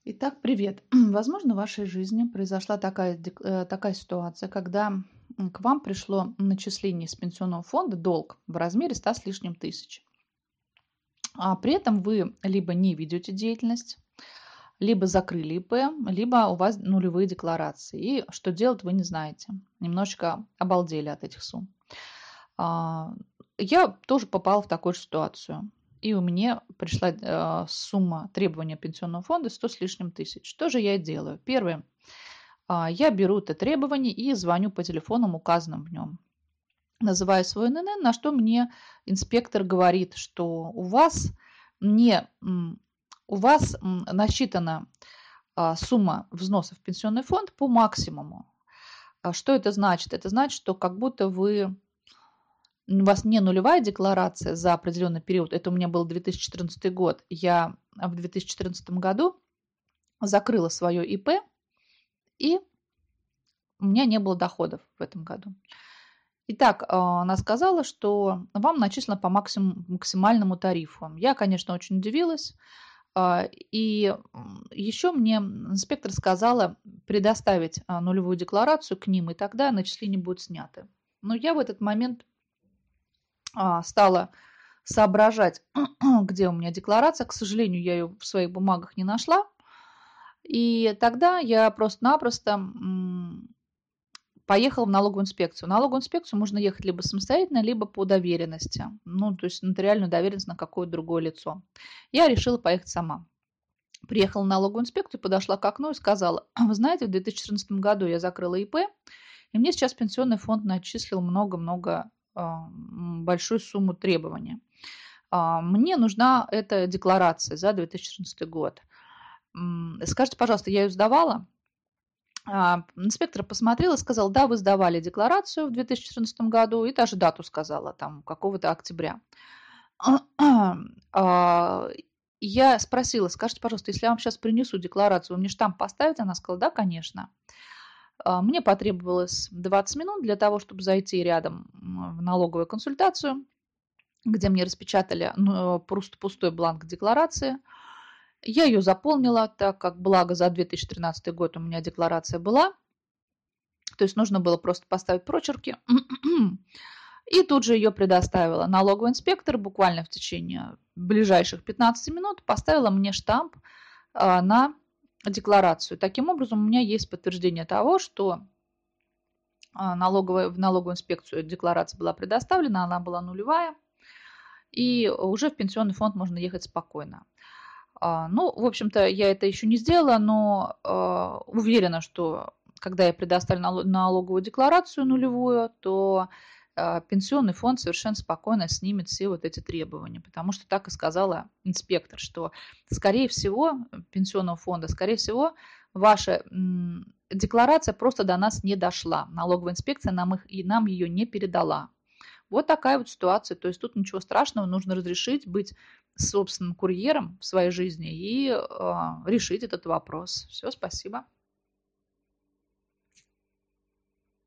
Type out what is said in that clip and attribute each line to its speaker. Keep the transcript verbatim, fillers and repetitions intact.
Speaker 1: Итак, привет. Возможно, в вашей жизни произошла такая, дек- э, такая ситуация, когда м, к вам пришло начисление из пенсионного фонда долг в размере ста с лишним тысяч. А при этом вы либо не ведете деятельность, либо закрыли ИП, либо у вас нулевые декларации. И что делать, вы не знаете. Немножечко обалдели от этих сумм. А, Я тоже попала в такую же ситуацию. И у меня пришла э, сумма требования пенсионного фонда сто с лишним тысяч. Что же я делаю? Первое. А, Я беру это требование и звоню по телефонам, указанным в нем. Называю свой эн эн эн, на что мне инспектор говорит, что у вас не м, у вас м, насчитана а, сумма взносов в пенсионный фонд по максимуму. А Что это значит? Это значит, что как будто вы у вас не нулевая декларация за определенный период. Это у меня был две тысячи четырнадцатый год. Я в две тысячи четырнадцатом году закрыла свое ИП, и у меня не было доходов в этом году. Итак, а, она сказала, что вам начислено по максимум, максимальному тарифу. Я, конечно, очень удивилась. А, И еще мне инспектор сказала предоставить а, нулевую декларацию к ним, и тогда начисления будут сняты. Но я в этот момент а, стала соображать, где у меня декларация. К сожалению, я ее в своих бумагах не нашла. И тогда я просто-напросто м, поехала в налоговую инспекцию. В налоговую инспекцию можно ехать либо самостоятельно, либо по доверенности. Ну, то есть нотариальную доверенность на какое-то другое лицо. Я решила поехать сама. Приехала в налоговую инспекцию, подошла к окну и сказала: вы знаете, в две тысячи четырнадцатом году я закрыла ИП, и мне сейчас пенсионный фонд начислил много-много а, м, большую сумму требования. А, Мне нужна эта декларация за две тысячи четырнадцатый год. М, Скажите, пожалуйста, я ее сдавала? А, Инспектор посмотрел и сказал: да, вы сдавали декларацию в две тысячи четырнадцатом году, и даже дату сказала, там, какого-то октября. А, Я спросила: скажите, пожалуйста, если я вам сейчас принесу декларацию, вы мне штамп поставите? Она сказала: да, конечно. А, Мне потребовалось двадцать минут для того, чтобы зайти рядом м, в налоговую консультацию, где мне распечатали ну, просто пустой бланк декларации. Я ее заполнила, так как, благо, за две тысячи тринадцатый год у меня декларация была. То есть нужно было просто поставить прочерки. И тут же ее предоставила. Налоговый инспектор буквально в течение ближайших пятнадцати минут поставила мне штамп а, на декларацию. Таким образом, у меня есть подтверждение того, что а, налоговая, в налоговую инспекцию декларация была предоставлена, она была нулевая, и уже в пенсионный фонд можно ехать спокойно. А, Ну, в общем-то, я это еще не сделала, но а, уверена, что когда я предоставлю нало- налоговую декларацию нулевую, то а, пенсионный фонд совершенно спокойно снимет все вот эти требования, потому что так и сказала инспектор, что, скорее всего, пенсионного фонда, скорее всего, ваша м, декларация просто до нас не дошла. Налоговая инспекция нам, их, и нам ее не передала. Вот такая вот ситуация. То есть тут ничего страшного, нужно разрешить быть собственным курьером в своей жизни и а, решить этот вопрос. Все, спасибо.